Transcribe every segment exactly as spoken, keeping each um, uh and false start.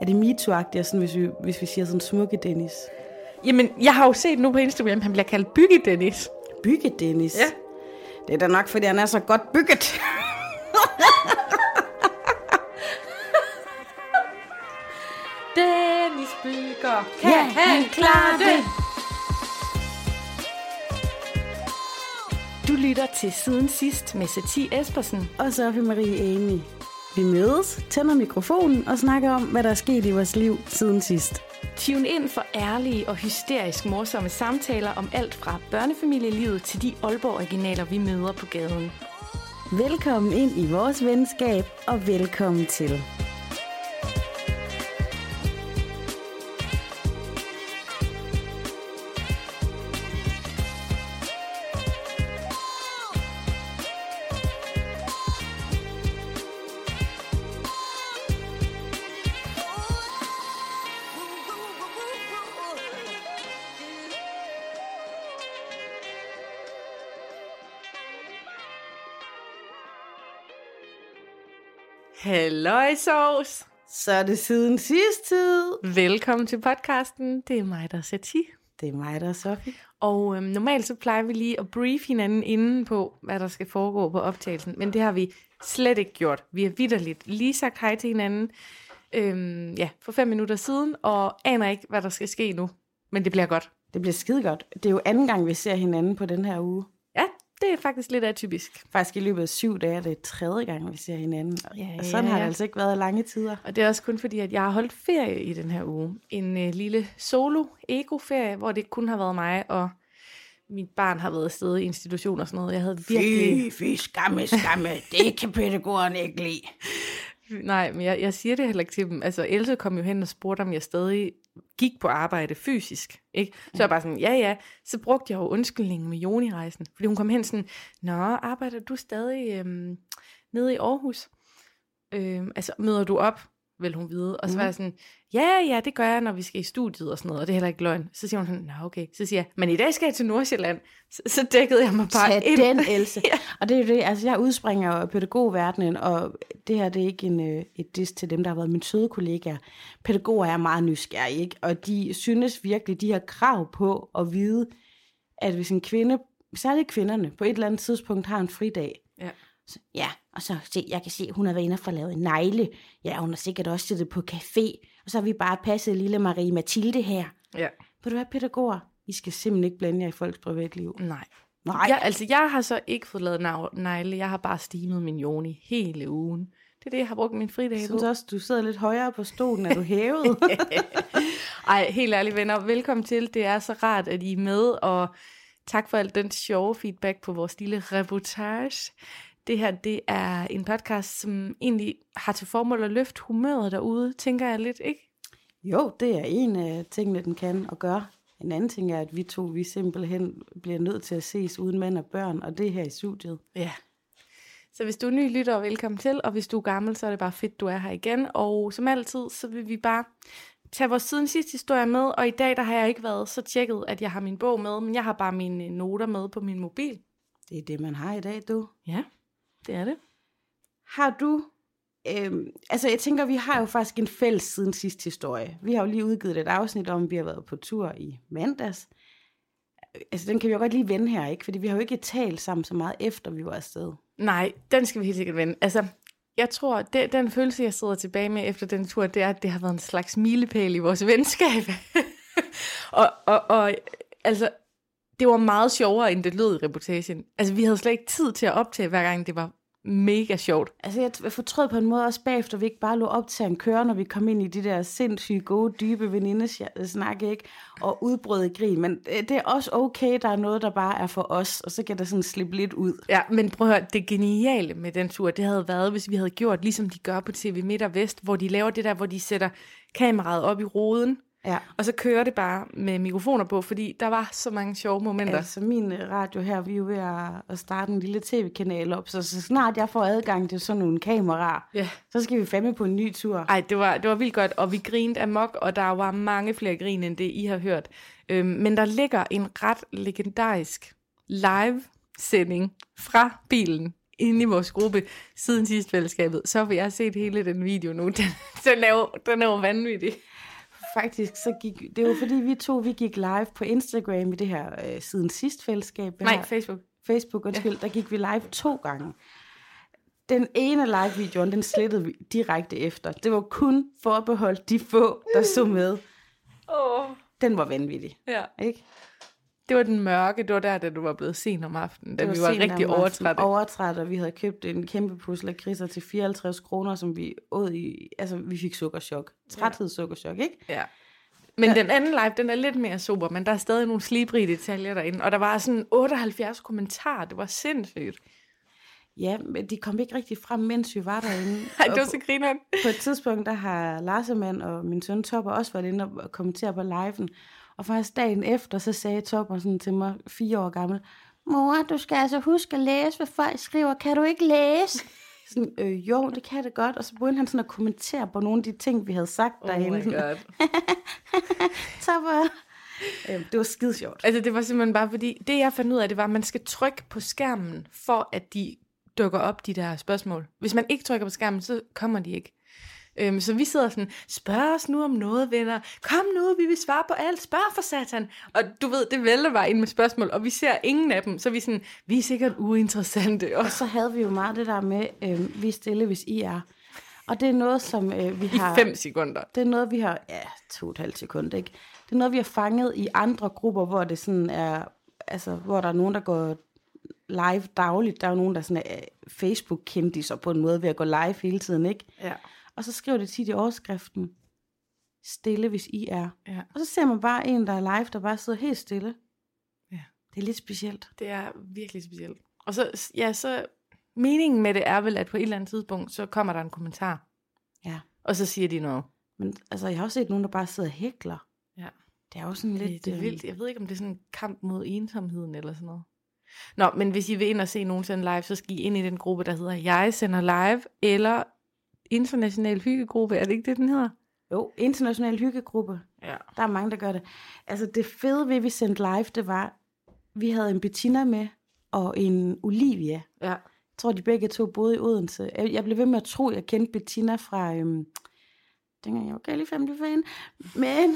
er det MeToo-agtigt, sådan, hvis, vi, hvis vi siger sådan smukke Dennis? Jamen, jeg har jo set nu på Instagram, han bliver kaldt Bygge Dennis. Bygge Dennis? Ja. Det er da nok, fordi han er så godt bygget. Dennis Bygger, kan ja, han klare det? Du lytter til Siden Sidst med Satie Espersen og Sofie Marie Amy. Vi mødes, tænder mikrofonen og snakker om, hvad der er sket i vores liv siden sidst. Tune ind for ærlige og hysterisk morsomme samtaler om alt fra børnefamilielivet til de Aalborg-originaler, vi møder på gaden. Velkommen ind i vores venskab, og velkommen til. Halløj, sovs. Så er det siden sidst tid. Velkommen til podcasten. Det er mig, der er Satie. Det er mig, der er Sofie. Og øhm, normalt så plejer vi lige at brief hinanden inden på, hvad der skal foregå på optagelsen. Men det har vi slet ikke gjort. Vi har vitterligt lige sagt hej til hinanden øhm, ja, for fem minutter siden, og aner ikke, hvad der skal ske nu. Men det bliver godt. Det bliver skide godt. Det er jo anden gang, vi ser hinanden på den her uge. Ja, det er faktisk lidt atypisk. Faktisk i løbet af syv dage er det tredje gang, vi ser hinanden. Ja, og sådan ja, har ja. det altså ikke været lange tider. Og det er også kun fordi, at jeg har holdt ferie i den her uge. En øh, lille solo-ego-ferie, hvor det kun har været mig, og mit barn har været afsted i institution og sådan noget. Jeg havde virkelig... Fy, fy, skamme, skamme. Det kan pædagogerne ikke lide. Nej, men jeg, jeg siger det heller ikke til dem. Altså, Else kom jo hen og spurgte, om jeg stadig gik på arbejde fysisk, ikke? Så ja. Jeg bare sådan, ja, ja. Så brugte jeg jo undskyldningen med Joni-rejsen. Fordi hun kom hen sådan, nå, arbejder du stadig øhm, nede i Aarhus? Øhm, altså, møder du op, vil hun vide. Og så mm. var jeg sådan, ja, ja, det gør jeg, når vi skal i studiet og sådan noget. Og det er heller ikke løgn. Så siger hun sådan, nå, okay. Så siger jeg, men i dag skal jeg til Nordsjælland. Så, så dækkede jeg mig bare Tag ind. den, Else. Ja. Og det er jo det, altså jeg udspringer af pædagogverdenen, og det her, det er ikke en, et diss til dem, der har været mine søde kollegaer. Pædagoger er meget nysgerrige, ikke? Og de synes virkelig, de har krav på at vide, at hvis en kvinde, særligt kvinderne, på et eller andet tidspunkt har en fridag, ja. Så, ja, og så se, jeg kan se, hun har været inde for at lave en negle. Ja, hun har sikkert også siddet på café. Og så har vi bare passet lille Marie Mathilde her. Ja. Vil du være pædagoger? I skal simpelthen ikke blande jer i folks privatliv. Nej. Nej. Jeg, altså, jeg har så ikke fået lavet negle. Jeg har bare stimet min Joni hele ugen. Det er det, jeg har brugt min fridag på. Jeg synes også, du sidder lidt højere på stolen, er du hævet? Ej, helt ærligt venner, velkommen til. Det er så rart, at I er med, og tak for alt den sjove feedback på vores lille reportage. Det her, det er en podcast, som egentlig har til formål at løfte humøret derude, tænker jeg lidt, ikke? Jo, det er en af tingene, den kan og gøre. En anden ting er, at vi to, vi simpelthen bliver nødt til at ses uden mænd og børn, og det er her i studiet. Ja. Så hvis du er ny lytter, velkommen til, og hvis du er gammel, så er det bare fedt, du er her igen. Og som altid, så vil vi bare tage vores siden sidste historie med, og i dag, der har jeg ikke været så tjekket, at jeg har min bog med, men jeg har bare mine noter med på min mobil. Det er det, man har i dag, du. Ja. Det er det. Har du, øhm, altså jeg tænker, vi har jo faktisk en fælles siden sidste historie. Vi har jo lige udgivet et afsnit om, at vi har været på tur i mandags. Altså den kan vi jo godt lige vende her, ikke? Fordi vi har jo ikke talt sammen så meget efter, vi var afsted. Nej, den skal vi helt sikkert vende. Altså, jeg tror, det, den følelse, jeg sidder tilbage med efter den tur, det er, at det har været en slags milepæl i vores venskab. og, og, og altså... Det var meget sjovere, end det lød i reportagen. Altså, vi havde slet ikke tid til at optage, hver gang det var mega sjovt. Altså, jeg fortrød på en måde også bagefter, vi ikke bare lå optagen køre, når vi kom ind i de der sindssygt gode, dybe venindesnak, ikke? Og udbrød i grin. Men det er også okay, der er noget, der bare er for os, og så kan der sådan slippe lidt ud. Ja, men prøv at høre, det geniale med den tur, det havde været, hvis vi havde gjort, ligesom de gør på T V Midt og Vest, hvor de laver det der, hvor de sætter kameraet op i roden, ja. Og så kører det bare med mikrofoner på, fordi der var så mange sjove momenter. Altså min radio her, vi er jo ved at starte en lille tv-kanal op, så, så snart jeg får adgang til sådan nogle kameraer, ja. Så skal vi fandme på en ny tur. Ej, det var, det var vildt godt, og vi grinede amok, og der var mange flere grin, end det I har hørt. Øhm, men der ligger en ret legendarisk live-sending fra bilen inde i vores gruppe siden sidste fællesskabet, så vil jeg have set hele den video nu. Den, den, er, jo, den er jo vanvittig. Faktisk, så gik, det var fordi vi to, vi gik live på Instagram i det her øh, siden sidste fællesskab. Nej, her. Facebook. Facebook, undskyld, ja. Der gik vi live to gange. Den ene live-videoen, den slettede vi direkte efter. Det var kun forbeholdt de få, der så med. Oh. Den var vanvittig. Ja. Ikke? Det var den mørke, det var der, da du var blevet sen om aftenen, da vi var rigtig overtrætte. Overtrætte, og vi havde købt en kæmpe pose lakridser til fireoghalvtreds kroner, som vi åd i, altså vi fik sukkerchok. Træthedssukkerchok, ikke? Ja. Men ja. Den anden live, den er lidt mere super, men der er stadig nogle slibrige detaljer derinde, og der var sådan otteoghalvfjerds kommentarer, det var sindssygt. Ja, men de kom ikke rigtig frem, mens vi var derinde. Ej, det var så grineren. På et tidspunkt, der har Larsemann og min søn Topper også været inde og kommentere på liven. Og faktisk dagen efter, så sagde Topper sådan til mig, fire år gammel, mor, du skal altså huske at læse, hvad folk skriver. Kan du ikke læse? Sådan, øh, jo, det kan det godt. Og så begyndte han sådan at kommentere på nogle af de ting, vi havde sagt oh derinde. Oh my god. Topper. Øh, det var skide sjovt. Altså, det var simpelthen bare fordi, det jeg fandt ud af, det var, at man skal trykke på skærmen, for at de dukker op, de der spørgsmål. Hvis man ikke trykker på skærmen, så kommer de ikke. Øhm, så vi sidder sådan, spørg os nu om noget, venner. Kom nu, vi vil svare på alt. Spørg for satan. Og du ved, det vælter bare ind med spørgsmål, og vi ser ingen af dem. Så vi er sådan, vi er sikkert uinteressante. Og så havde vi jo meget det der med, øh, vi er stille, hvis I er. Og det er noget, som øh, vi har... I fem sekunder. Det er noget, vi har... Ja, to og et halvt sekund, ikke? Det er noget, vi har fanget i andre grupper, hvor det sådan er... Altså, hvor der er nogen, der går live dagligt. Der er jo nogen, der sådan er Facebook-kendiser på en måde ved at gå live hele tiden, ikke? Ja. Og så skriver det tit i overskriften, stille hvis I er. Ja. Og så ser man bare en, der er live, der bare sidder helt stille. Ja. Det er lidt specielt. Det er virkelig specielt. Og så, ja, så meningen med det er vel, at på et eller andet tidspunkt, så kommer der en kommentar. Ja. Og så siger de noget. Men altså, jeg har også set nogen, der bare sidder og hækler. Ja. Det er jo sådan lidt... Det, det er vildt. Jeg ved ikke, om det er sådan en kamp mod ensomheden eller sådan noget. Nå, men hvis I vil ind og se nogen sende live, så skal I ind i den gruppe, der hedder Jeg sender live, eller International Hyggegruppe. Er det ikke det, den hedder? Jo, International Hyggegruppe. Ja. Der er mange, der gør det. Altså, det fede ved, vi sendte live, det var, vi havde en Bettina med, og en Olivia. Ja. Jeg tror, de begge to boede i Odense. Jeg blev ved med at tro, jeg kendte Bettina fra... Øhm, dengang jeg var galt i femte fan. Men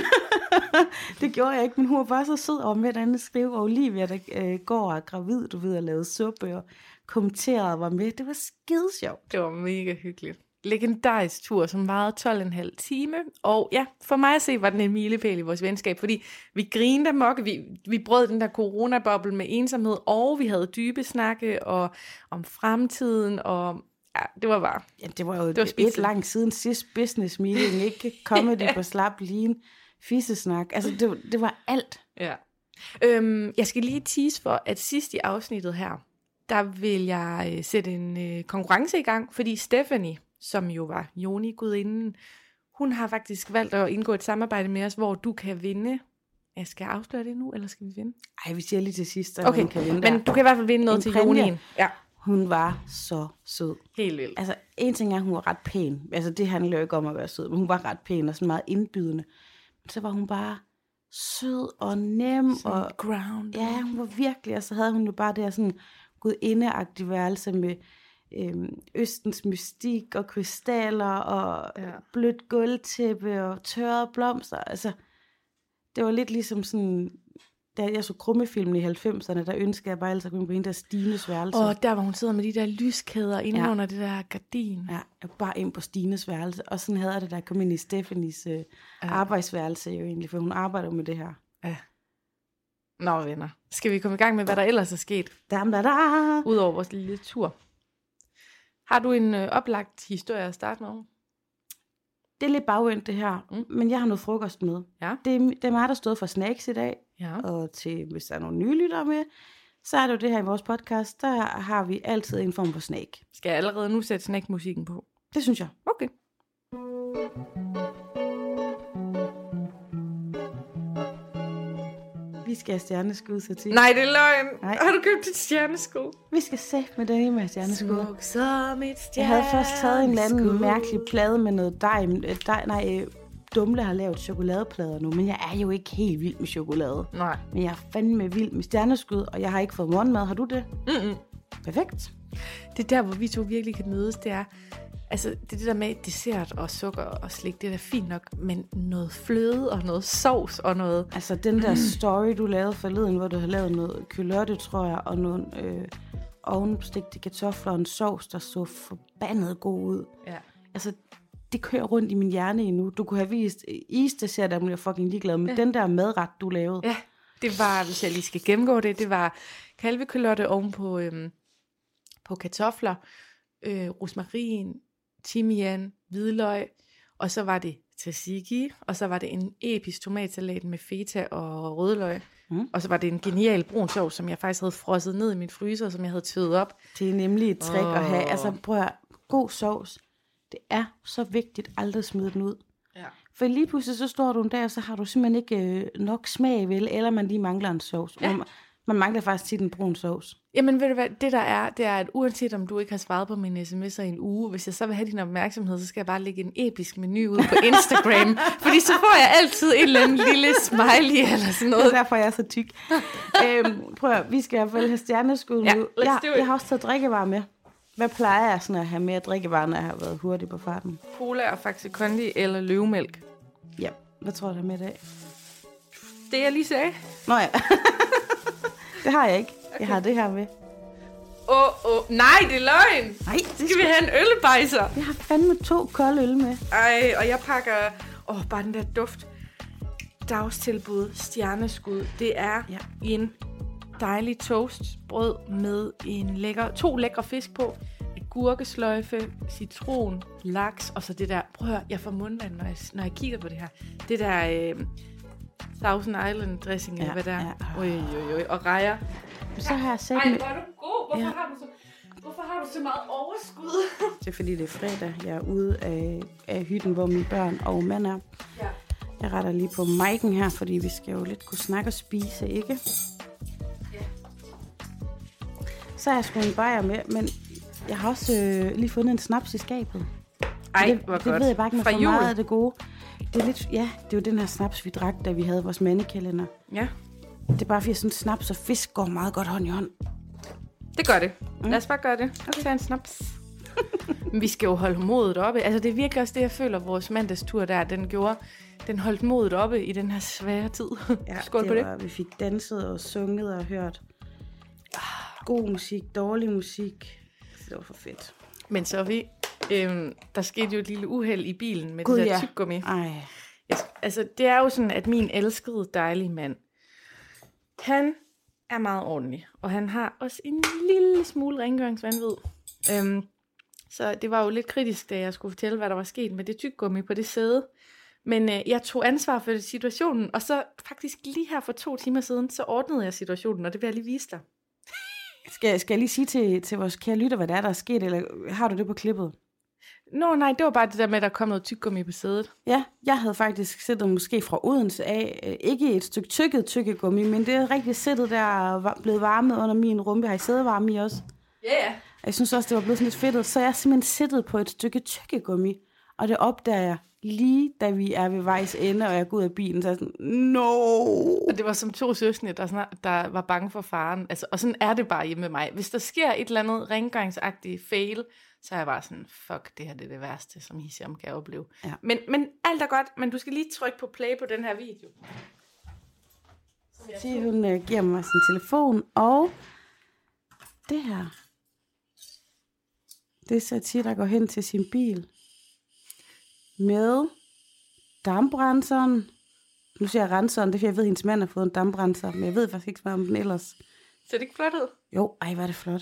det gjorde jeg ikke, men hun var bare så sød over med at skrive, og Olivia, der øh, går og er gravid, du ved, og lavede suppe og kommenterede og var med. Det var skide sjovt. Det var mega hyggeligt. Legendarisk tur, som varede tolv og en halv time. Og ja, for mig at se, var den en milepæl i vores venskab, fordi vi grinede mok, vi, vi brød den der coronaboble med ensomhed, og vi havde dybe snakke og, om fremtiden, og ja, det var bare... Ja, det var jo det var et, et langt siden sidst business meeting, ikke? Comedy på slap lin, fissesnak, altså det, det var alt. Ja. Øhm, jeg skal lige tease for, at sidst i afsnittet her, der vil jeg øh, sætte en øh, konkurrence i gang, fordi Stephanie, som jo var Joni-gudinden, hun har faktisk valgt at indgå et samarbejde med os, hvor du kan vinde. Jeg skal jeg afsløre det nu, eller skal vi vinde? Ej, vi siger lige til sidst, at okay. hun kan vinde men der. Du kan i hvert fald vinde noget en til Jonien. Ja. Hun var så sød. Helt vildt. Altså, en ting er, at hun var ret pæn. Altså, det handler jo ikke om at være sød, men hun var ret pæn og sådan meget indbydende. Men så var hun bare sød og nem. Sådan og ground. Ja, hun var virkelig, og så havde hun jo bare det her sådan gudindeagtige værelse med øhm, østens mystik og krystaller og ja. blødt gulvtæppe og tørrede blomster. Altså, det var lidt ligesom sådan... Da jeg så Krummefilmen i halvfemserne, der ønskede jeg bare altid at gå ind på en der Stines værelse. Og der var hun sidder med de der lyskæder inde ja. under det der gardin. Ja, jeg bare ind på Stines værelse. Og sådan havde jeg det, da jeg kom ind i Stephanies øh, ja. arbejdsværelse jo egentlig, for hun arbejder med det her. Ja. Nå venner, skal vi komme i gang med, hvad der ellers er sket? Dam, da, da. Udover vores lille tur. Har du en øh, oplagt historie at starte med? Det er lidt bagvendt det her, mm. men jeg har noget frokost med. Ja. Det, er, det er mig, der stod for snacks i dag. Ja. Og til, hvis der er nogle nye lyttere med, så er det jo det her i vores podcast, der har vi altid en form for snack. Skal jeg allerede nu sætte snackmusikken på? Det synes jeg. Okay. Vi skal have stjerneskud, så til. Nej, det er løgn. Nej. Har du købt et stjerneskud? Vi skal se med det med stjerneskud. Smuk som et stjerneskud. Jeg havde først taget en eller anden mærkelig plade med noget dej. dej nej, Dumle har lavet chokoladeplader nu, men jeg er jo ikke helt vild med chokolade. Nej. Men jeg er fandme vild med stjerneskud, og jeg har ikke fået morgenmad. Har du det? Mm-mm. Perfekt. Det er der, hvor vi to virkelig kan mødes, det er, altså det er det der med dessert og sukker og slik, det er da fint nok, men noget fløde og noget sovs og noget... Altså den der story, du lavede forleden, hvor du har lavet noget culotte, tror jeg, og nogle øh, ovenstegte kartofler og en sovs, der så forbandet god ud. Ja. Altså, det kører rundt i min hjerne endnu. Du kunne have vist isdessert, der blev jeg fucking ligeglad med. Ja. Den der madret, du lavede. Ja, det var, hvis jeg lige skal gennemgå det, det var kalvekalotte oven på, øhm, på kartofler, øh, rosmarin, timian, hvidløg, og så var det tzatziki, og så var det en episk tomatsalat med feta og rødløg, mm. og så var det en genial brun sovs, som jeg faktisk havde frosset ned i min fryser, som jeg havde tøet op. Det er nemlig et trick oh. at have. Altså prøv at, god sovs. Det er så vigtigt aldrig at smide den ud. Ja. For lige pludselig så står du en dag, og så har du simpelthen ikke øh, nok smag, vel? Eller man lige mangler en sovs. Ja. Man, man mangler faktisk tit en brun sovs. Jamen ved du hvad, det der er, det er, at uanset om du ikke har svaret på mine sms'er i en uge, hvis jeg så vil have din opmærksomhed, så skal jeg bare lægge en episk menu ud på Instagram. Fordi så får jeg altid en eller anden lille smiley eller sådan noget. Det er derfor, jeg er så tyk. øhm, prøv at, vi skal i hvert fald have stjerneskud ja, nu. Jeg, jeg har også taget drikkevarer med. Hvad plejer jeg sådan at have med at drikkevarer, når jeg har været hurtig på farten? Cola og Faxe Kondi eller løvemælk. Ja, hvad tror du, der er med i dag? Det jeg lige sagde. Nå ja. Det har jeg ikke. Okay. Jeg har det her med. Åh, oh, oh. Nej, det er løgn. Nej, det skal, skal vi have en ølbejser? Jeg har fandme to kolde øl med. Ej, og jeg pakker... Åh, oh, bare den der duft. Dagstilbud, stjerneskud. Det er ja. en dejlig toastbrød med en lækker, to lækre fisk på. Gurkesløjfe, citron, laks, og så det der... Prøv at høre, jeg får mundvand, når jeg, når jeg kigger på det her. Det der... Øh, Thousand Island dressing, eller ja, hvad der er. Ja. Oj, oj, oj. Og rejer. Så har jeg sæt Ej, med... hvor er du god. Hvorfor, ja. har du så, hvorfor har du så meget overskud? Det er fordi, det er fredag. Jeg er ude af, af hytten, hvor mine børn og mand er. Ja. Jeg retter lige på mic'en her, fordi vi skal jo lidt kunne snakke og spise, ikke? Ja. Så har jeg sgu en bajer med, men jeg har også øh, lige fundet en snaps i skabet. Ej, det, hvor det godt. Det ved jeg bare ikke, med for meget af det gode. Det er lidt, ja, det er jo den her snaps, vi drak, da vi havde vores mandekalender. Ja. Det er bare, fordi jeg synes, snaps og fisk går meget godt hånd i hånd. Det gør det. Mm. Lad os bare gøre det. Okay. Tag en snaps. Men vi skal jo holde modet oppe. Altså, det er virkelig også det, jeg føler, vores mandagstur der, den gjorde. Den holdt modet oppe i den her svære tid. Ja, skål det på det. Var, vi fik danset og sunget og hørt god musik, dårlig musik. Det var for fedt. Men så vi... Øhm, der skete jo et lille uheld i bilen med God, det der ja. tyggegummi. Ej. Altså, det er jo sådan, at min elskede, dejlige mand, han er meget ordentlig, og han har også en lille smule rengøringsvanvid. Øhm, så det var jo lidt kritisk, da jeg skulle fortælle, hvad der var sket med det tyggegummi på det sæde. Men øh, jeg tog ansvar for situationen, og så faktisk lige her for to timer siden, så ordnede jeg situationen, og det vil jeg lige vise dig. Skal, skal jeg lige sige til, til vores kære lytter, hvad der er, der er sket, eller har du det på klippet? Nå nej, det var bare det der med, at der kom noget tyggegummi på sædet. Ja, jeg havde faktisk siddet måske fra Odense af, ikke et stykke tykket tyggegummi, men det er rigtig sættet der var blevet varmet under min rumpe. Jeg har I sædevarme i også? Ja, yeah. Jeg synes også, det var blevet sådan lidt fedtet, så jeg er simpelthen sættet på et stykke tyggegummi, og det opdager jeg lige, da vi er ved vejs ende, og jeg går ud af bilen, så er jeg sådan, no! Og det var som to søskende, der, sådan, der var bange for faren. Altså, og sådan er det bare hjemme med mig. Hvis der sker et eller andet rengøringsagtigt fail, så er jeg bare sådan, fuck, det her det er det værste, som Hisham kan opleve. Ja. Men, men alt er godt, men du skal lige trykke på play på den her video. Så hun uh, giver mig sin telefon, og det her, det er Satie, der går hen til sin bil med dampbremseren. Nu siger jeg renseren, det er fordi jeg ved, at hendes mand har fået en damprenser, men jeg ved faktisk ikke så meget om den ellers. Ser det ikke flot ud? Jo, ej, hvor er det flot.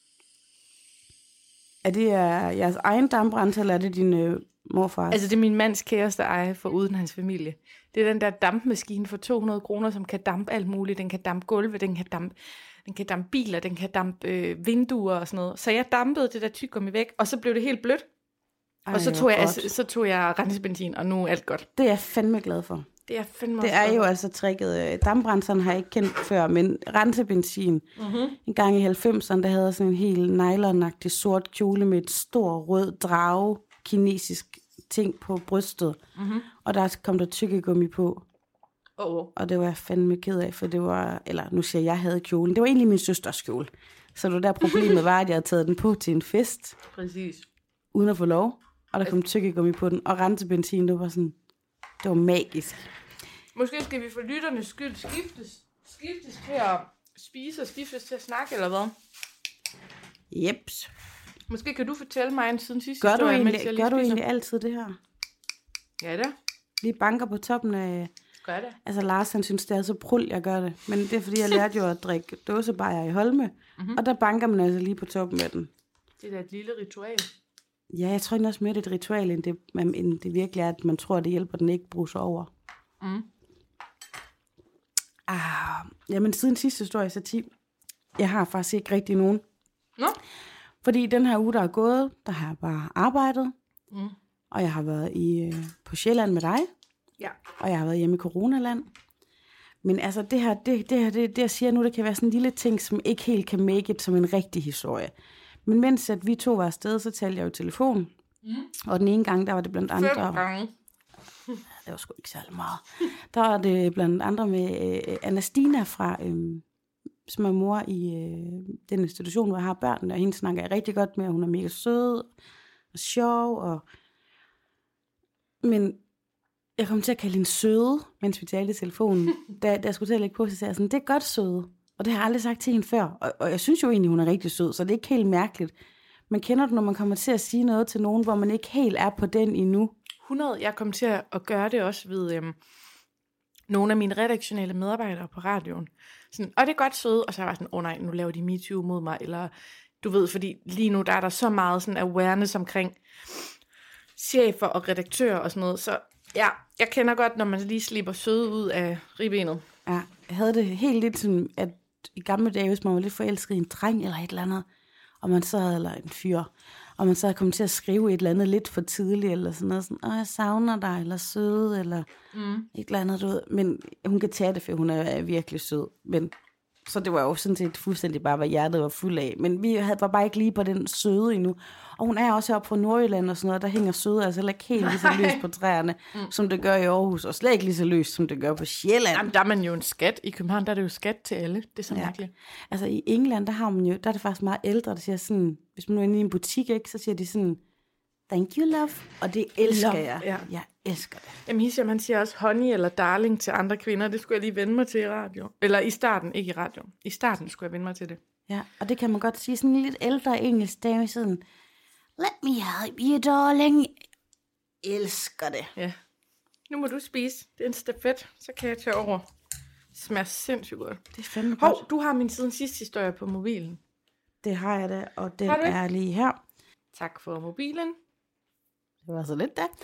Er det uh, jeres egen damprenser, eller er det din uh, morfar? Altså, det er min mands kæreste eje for uden hans familie. Det er den der dampmaskine for to hundrede kroner, som kan dampe alt muligt. Den kan dampe gulve, den kan dampe, den kan dampe biler, den kan dampe øh, vinduer og sådan noget. Så jeg dampede det der tyggegummi væk, og så blev det helt blødt. Ej, og så tog, jeg, altså, så tog jeg rensebenzin, og nu er alt godt. Det er jeg fandme glad for. Det er fandme Det er jo altså tricket. Dampbremseren har jeg ikke kendt før, men rensebenzin. Mm-hmm. En gang i halvfemserne, der havde jeg sådan en helt nylonagtig sort kjole med et stor rød drage, kinesisk ting på brystet. Mm-hmm. Og der kom der tyggegummi på. Oh. Og det var jeg fandme ked af, for det var, eller nu siger jeg, jeg havde kjolen. Det var egentlig min søsters kjole. Så det var der problemet var, at jeg havde taget den på til en fest. Præcis. Uden at få lov. Og der kom tykkegummi på den. Og rensebenzin, det var sådan... Det var magisk. Måske skal vi for lytternes skyld skiftes, skiftes til at spise og skiftes til at snakke, eller hvad? Jeps. Måske kan du fortælle mig en siden sidste Gør du historie, egentlig, mens jeg lige gør du spiser. egentlig altid det her? Ja, det Lige banker på toppen af... gør det. Altså Lars, han synes, det er så prul, jeg gør det. Men det er, fordi jeg lærte jo at drikke dåsebajer i Holme. Mm-hmm. Og der banker man altså lige på toppen af den. Det er da et lille ritual. Ja, jeg tror ikke også mere, det er et ritual, end det, man, end det virkelig er, at man tror, at det hjælper, den ikke bruser over. Mm. Ah, jamen, siden sidste historie, så ti. Jeg har faktisk ikke rigtig nogen. Nå? Fordi den her uge, der er gået, der har jeg bare arbejdet. Mm. Og jeg har været i, øh, på Sjælland med dig. Ja. Og jeg har været hjemme i coronaland. Men altså, det her, det, det her, det, det jeg siger nu, det kan være sådan en lille ting, som ikke helt kan make it som en rigtig historie. Men mens at vi to var afsted, så talte jeg jo i telefon. Mm. Og den ene gang, der var det blandt andre... Fem gange. Ja, det var sgu ikke særlig meget. Der var det blandt andre med øh, Anastina fra... Øh, som er mor i øh, den institution, hvor jeg har børn, og hende snakker jeg rigtig godt med, og hun er mega sød og sjov, og... Men jeg kom til at kalde hende søde, mens vi talte i telefonen. Da, da jeg skulle til at lægge på, så sagde jeg sådan, det er godt søde. Og det har jeg aldrig sagt til hende før. Og, og jeg synes jo egentlig, hun er rigtig sød, så det er ikke helt mærkeligt. Man kender det, når man kommer til at sige noget til nogen, hvor man ikke helt er på den endnu. hundrede. Jeg kom til at gøre det også ved øhm, nogle af mine redaktionelle medarbejdere på radioen. Sådan, og det er godt søde, og så var jeg sådan, åh oh, nej, nu laver de MeToo mod mig, eller du ved, fordi lige nu der er der så meget sådan awareness omkring chefer og redaktører og sådan noget, så ja, jeg kender godt, når man lige slipper søde ud af ribbenet. Ja, jeg havde det helt lidt sådan, at i gamle dage, hvis man var lidt forelsket i en dreng eller et eller andet, og man så havde, eller en fyr, og man så havde kommet til at skrive et eller andet lidt for tidligt, eller sådan noget, sådan, åh, jeg savner dig, eller sød, eller mm. et eller andet, du ved. Men hun kan tage det, for hun er virkelig sød. Men, så det var jo sådan set fuldstændig bare, hvad hjertet var fuld af. Men vi havde, var bare ikke lige på den søde endnu. Og hun er også heroppe fra Nordjylland og sådan noget, der hænger søde, altså ikke helt lige så løst på træerne, mm. som det gør i Aarhus, og slet ikke lige så løst, som det gør på Sjælland. Jamen, der er man jo en skat. I København, der er det jo skat til alle. Det er så ja. mærkeligt. Altså i England, der har man jo, der er det faktisk meget ældre, der siger sådan, hvis man nu er inde i en butik, ikke, så siger de sådan, thank you, love, og det elsker love, jeg. Ja. Jeg elsker det. Jamen, Hisham, han siger også honey eller darling til andre kvinder. Det skulle jeg lige vende mig til i radio. Eller i starten, ikke i radio. I starten skulle jeg vende mig til det. Ja, og det kan man godt sige. Sådan en lidt ældre engelsk dame, sådan, let me help you, darling. Jeg elsker det. Ja. Nu må du spise. Det er en stafet, så kan jeg tage over. Det smager sindssygt godt. Det er fandme Hov, godt. du har min siden sidste historie på mobilen. Det har jeg da, og den er lige her. Tak for mobilen. Det var så lidt da.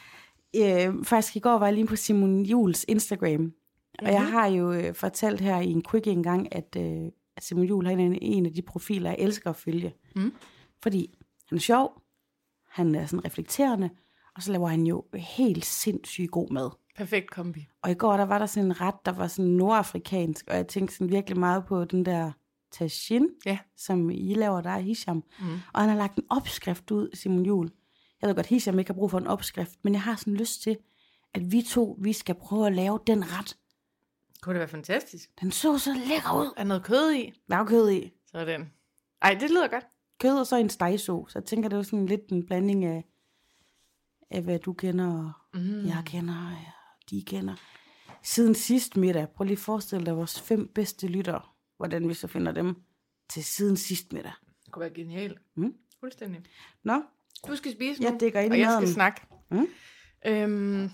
Øh, faktisk i går var jeg lige på Simon Juhls Instagram. Mm-hmm. Og jeg har jo øh, fortalt her i en quick engang, at, øh, at Simon Juhl er en, en af de profiler, jeg elsker at følge. Mm. Fordi han er sjov, han er sådan reflekterende, og så laver han jo helt sindssygt god mad. Perfekt kombi. Og i går, der var der sådan en ret, der var sådan nordafrikansk, og jeg tænkte sådan virkelig meget på den der tagine, ja. som I laver der i Hisham. Mm. Og han har lagt en opskrift ud, Simon Juhl. Jeg ved godt, Hisham ikke har brug for en opskrift, men jeg har sådan lyst til, at vi to, vi skal prøve at lave den ret. Kunne det være fantastisk? Den så så lækker ud. Er noget kød i? Der er kød i. Sådan. Ej, det lyder godt. Kød og så en stegså. Så jeg tænker, det er sådan lidt en blanding af, af hvad du kender, og mm. jeg kender, og de kender. Siden sidst middag, prøv lige at forestille dig vores fem bedste lytter, hvordan vi så finder dem til siden sidst middag. Det kunne være genialt. Mm. Fuldstændig. Nå. Du skal spise nu, jeg dækker ind og i jeg maden. skal snakke. Mm. Øhm,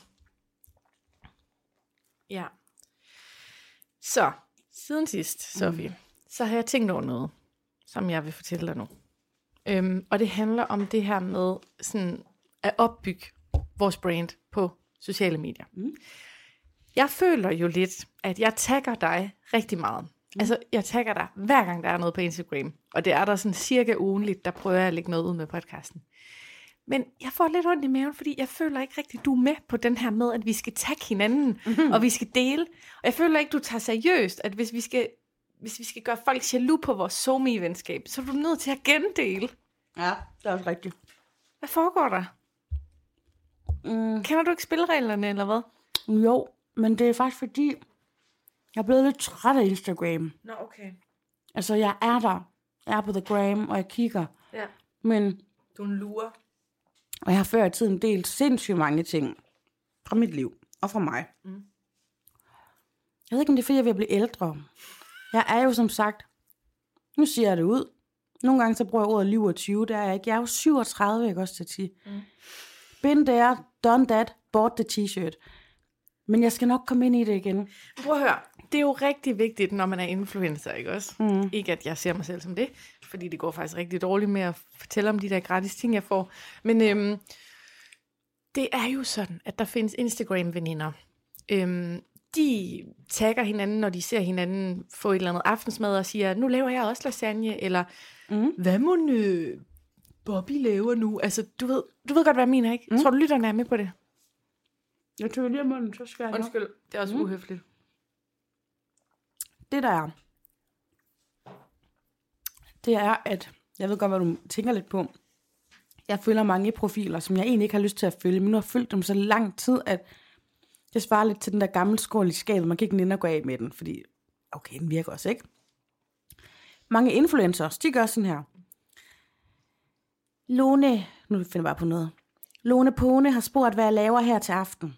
ja. Så, siden sidst, Sofie, mm. så har jeg tænkt over noget, som jeg vil fortælle dig nu. Øhm, og det handler om det her med sådan at opbygge vores brand på sociale medier. Mm. Jeg føler jo lidt, at jeg tagger dig rigtig meget. Mm. Altså, jeg tagger dig hver gang, der er noget på Instagram. Og det er der sådan cirka ugenligt, der prøver jeg at lægge noget ud med podcasten. Men jeg får lidt ondt i maven, fordi jeg føler ikke rigtig, du er med på den her med, at vi skal tagge hinanden, mm-hmm. og vi skal dele. Og jeg føler ikke, du tager seriøst, at hvis vi skal, hvis vi skal gøre folk jaloux på vores SoMe-venskab, så er du nødt til at gendele. Ja, det er også rigtigt. Hvad foregår der? Mm. Kender du ikke spillereglerne, eller hvad? Jo, men det er faktisk fordi, jeg er blevet lidt træt af Instagram. Nå, okay. Altså, jeg er der. Jeg er på The Gram, og jeg kigger. Ja. Men, du er en lurer. Og jeg har før i tiden delt sindssygt mange ting fra mit liv og fra mig. Mm. Jeg ved ikke, om det er, fordi jeg vil blive ældre. Jeg er jo som sagt, nu siger jeg det ud. Nogle gange så bruger jeg ordet liv og tyve, det er jeg ikke. Jeg er jo syvogtredive, ikke også til ti. Mm. Been there, done that, bought the t-shirt. Men jeg skal nok komme ind i det igen. Prøv at høre, det er jo rigtig vigtigt, når man er influencer, ikke også? Mm. Ikke at jeg ser mig selv som det, fordi det går faktisk rigtig dårligt med at fortælle om de der gratis ting, jeg får. Men øhm, det er jo sådan, at der findes Instagram-veninder. Øhm, de tagger hinanden, når de ser hinanden få et eller andet aftensmad og siger, nu laver jeg også lasagne, eller mm. hvad må øh, Bobby laver nu? Altså, du ved, du ved godt, hvad jeg mener, ikke? Mm. Tror du, lytterne er med på det? Jeg tror lige om munden, så skal jeg Undskyld, det er også mm. uhøfligt. Det der er, det er, at jeg ved godt, hvad du tænker lidt på. Jeg følger mange profiler, som jeg egentlig ikke har lyst til at følge, men nu har jeg følt dem så lang tid, at det svarer lidt til den der gamle skål i skabet. Man kan ikke nænde at gå af med den, fordi okay, den virker også, ikke? Mange influencers, de gør sådan her. Lone, nu finder jeg bare på noget. Lone Pone har spurgt, hvad jeg laver her til aften.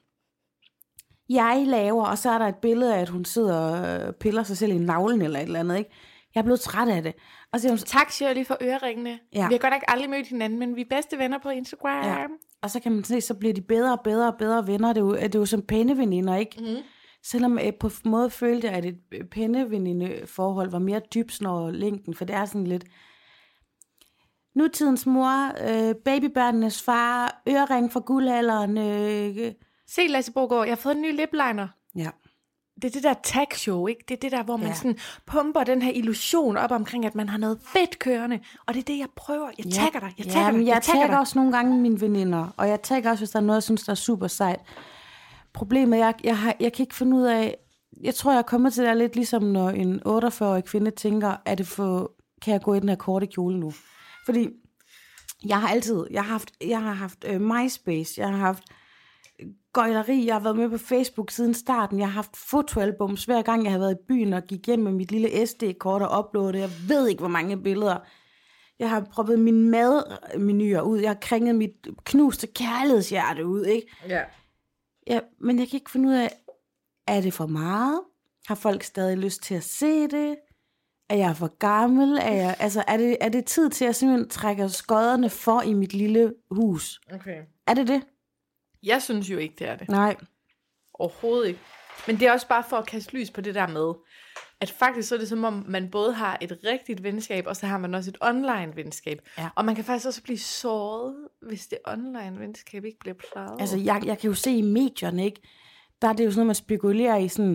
Jeg laver, og så er der et billede af, at hun sidder og piller sig selv i navlen eller et eller andet, ikke? Jeg er blevet træt af det. Og så hun, tak, Shirley, for øreringene. Ja. Vi har godt nok aldrig mødt hinanden, men vi er bedste venner på Instagram. Ja. Og så kan man se, så bliver de bedre og bedre og bedre venner. Det er jo, det er jo som penneveninder, ikke? Mm. Selvom jeg på en måde følte, at et pennevenindeforhold var mere dybt over længden, for det er sådan lidt nutidens mor, øh, babybørnenes far, ørering fra guldalderen. Øh. Se, Lasse Brogaard, jeg har fået en ny lipliner. Ja. Det er det der tag-show, ikke? Det er det der, hvor man ja. sådan pumper den her illusion op omkring, at man har noget fedt kørende. Og det er det, jeg prøver. Jeg ja. tagger dig, jeg tagger ja, dig, jeg, jeg tagger dig. også nogle gange mine veninder, og jeg tagger også, hvis der er noget, jeg synes, der er super sejt. Problemet er, jeg, jeg, har, jeg kan ikke finde ud af, jeg tror, jeg er kommet til det lidt ligesom, når en otteogfyrre-årig kvinde tænker, at det for, kan jeg gå i den her korte kjole nu? Fordi jeg har altid, jeg har haft, jeg har haft uh, MySpace, jeg har haft gøjleri, jeg har været med på Facebook siden starten, jeg har haft fotoalbums, hver gang jeg har været i byen og gik hjem med mit lille S D-kort og uploadet, jeg ved ikke, hvor mange billeder. Jeg har proppet mine madmenuer ud, jeg har kringet mit knuste kærlighedshjerte ud, ikke? Ja. Ja, men jeg kan ikke finde ud af, er det for meget? Har folk stadig lyst til at se det? Er jeg for gammel? Er, jeg, altså, er, det, er det tid til, at jeg simpelthen trækker skodderne for i mit lille hus? Okay. Er det det? Jeg synes jo ikke, det er det. Nej. Overhovedet ikke. Men det er også bare for at kaste lys på det der med, at faktisk så er det som om, man både har et rigtigt venskab, og så har man også et online venskab. Ja. Og man kan faktisk også blive såret, hvis det online venskab ikke bliver plejet. Altså, jeg, jeg kan jo se i medierne, ikke? Der er det jo sådan noget, man spekulerer i sådan,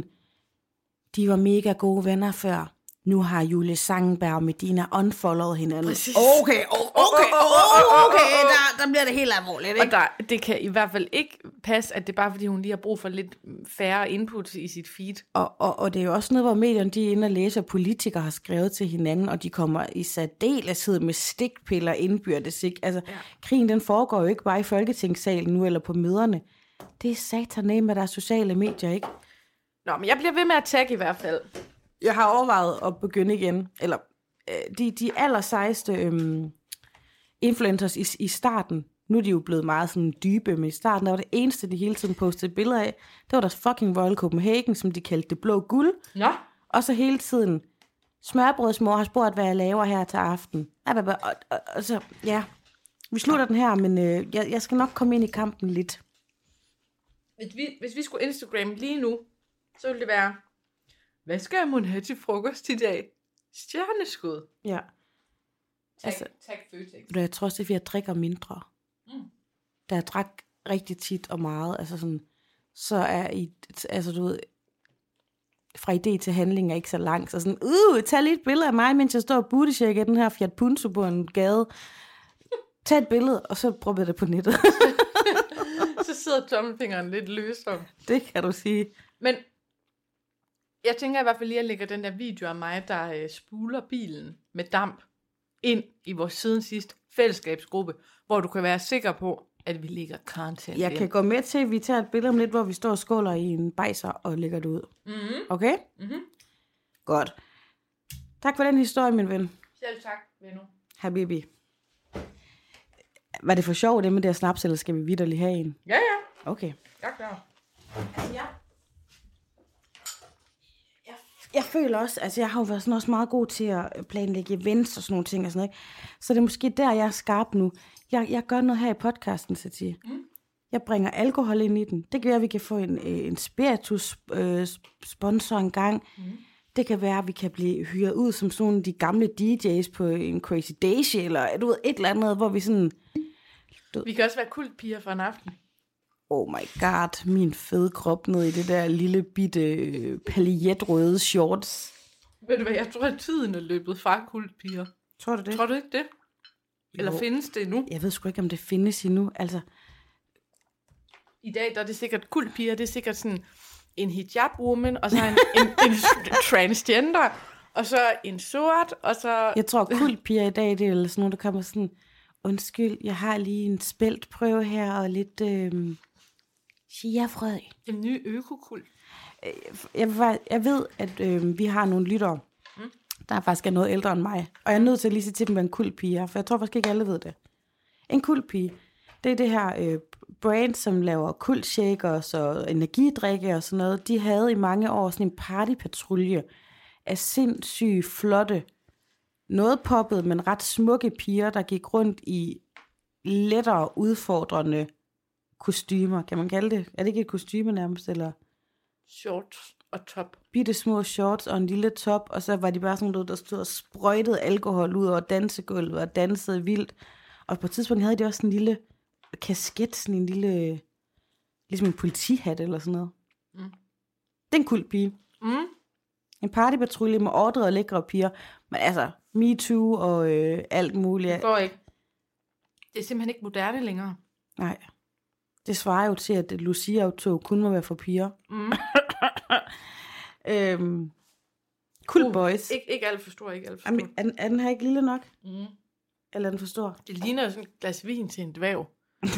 de var mega gode venner før. Nu har Julie Sangenberg og Medina unfollowet hinanden. Præcis. Okay, okay, okay, okay, okay. Der, der bliver det helt alvorligt, ikke? Og der, det kan i hvert fald ikke passe, at det er bare fordi, hun lige har brug for lidt færre input i sit feed. Og, og, og det er jo også noget, hvor medierne de er inde og læser, at politikere har skrevet til hinanden, og de kommer i særdeleshed med stikpiller indbyrdes, ikke? Altså, ja. Krigen den foregår jo ikke bare i Folketingssalen nu, eller på møderne. Det er satan med deres sociale medier, ikke? Nå, men jeg bliver ved med at tagge i hvert fald. Jeg har overvejet at begynde igen, eller øh, de, de allersejeste øh, influencers i, i starten, nu er de jo blevet meget sådan dybe, men i starten, der var det eneste, de hele tiden postede billeder af, det var deres fucking Royal Copenhagen, som de kaldte det blå guld. Ja. Og så hele tiden, smørbrødsmor har spurgt, hvad jeg laver her til aften. Og, og, og, og så, ja, vi slutter den her, men øh, jeg, jeg skal nok komme ind i kampen lidt. Hvis vi, hvis vi skulle Instagram lige nu, så ville det være, hvad skal jeg måtte have til frokost i dag? Stjerneskud. Ja. Tag, altså, tag Føtex. Jeg tror også, det er, fordi jeg drikker mindre. Mm. Da jeg drak rigtig tit og meget, altså sådan, så er i, altså du ved, fra idé til handling er ikke så langt. Så sådan, uh, tag lige et billede af mig, mens jeg står og booty-shaker den her Fiat Punto på en gade. Tag et billede, og så prøver jeg det på nettet. Så sidder tommelfingeren lidt løsom. Det kan du sige. Men jeg tænker i hvert fald lige, at jeg lægger den der video af mig, der øh, spuler bilen med damp ind i vores siden sidst fællesskabsgruppe, hvor du kan være sikker på, at vi lægger content. Jeg ind. Kan gå med til, at vi tager et billede om lidt, hvor vi står og skåler i en bajser og lægger det ud. Mm-hmm. Okay? Mm-hmm. Godt. Tak for den historie, min ven. Selv tak, venner. Habibi. Var det for sjov, det med det her snaps, eller skal vi vitterligt have en? Ja, ja. Okay. Jeg er klar. Altså, jeg... jeg... Jeg føler også, altså jeg har jo været sådan også meget god til at planlægge events og sådan nogle ting og sådan noget, ikke? Så det er måske der, jeg er skarp nu. Jeg, jeg gør noget her i podcasten, Satie. Mm. Jeg bringer alkohol ind i den. Det kan være, at vi kan få en, en spiritus-sponsor øh, en gang. Mm. Det kan være, at vi kan blive hyret ud som sådan de gamle D J's på en Crazy Daisy, eller du ved, et eller andet, hvor vi sådan... Du... Vi kan også være kultpiger for en aften. Oh my god, min fede krop ned i det der lille bitte paljetrøde shorts. Ved du hvad, jeg tror, at tiden er løbet fra kultpiger. Tror du det? Tror du ikke det? Eller jo. Findes det endnu? Jeg ved sgu ikke, om det findes endnu. Altså... I dag der er det sikkert kultpiger, det er sikkert sådan en hijab-woman, og så en, en, en transgender, og så en sort, og så... Jeg tror, kultpiger i dag, det er sådan nogen, der kommer sådan, undskyld, jeg har lige en spæltprøve her, og lidt øh, chiafrø. En ny økokult. Jeg, jeg ved, at øh, vi har nogle lyttere, mm. der er faktisk er noget ældre end mig, og jeg er nødt til at lige sige til dem, hvad en kultpige er, for jeg tror faktisk ikke, alle ved det. En kultpige, det er det her øh, brand, som laver kultshakers og energidrikke og sådan noget. De havde i mange år sådan en partypatrulje af sindssyge, flotte, noget poppet, men ret smukke piger, der gik rundt i lettere udfordrende kostymer. Kan man kalde det? Er det ikke et kostyme nærmest? Eller? Shorts og top. Bitte små shorts og en lille top, og så var de bare sådan noget, der stod og sprøjtede alkohol ud over dansegulvet og dansede vildt. Og på et tidspunkt havde de også en lille kasket, sådan en lille, ligesom en politihat eller sådan noget. Mm. Det er en kultpige. Mm. En partypatrulje med ordrede og lækre piger. Men altså, MeToo og øh, alt muligt. Det går ikke. Det er simpelthen ikke moderne længere. Nej. Det svarer jo til, at Lucia-optog kun må være for piger. Mm. øhm, cool uh, boys. Ikke, ikke alt for stor, ikke alt for stor. Jamen, er, den, er den her ikke lille nok? Mm. Eller er den for stor? Det ligner jo sådan et glas vin til en dværg.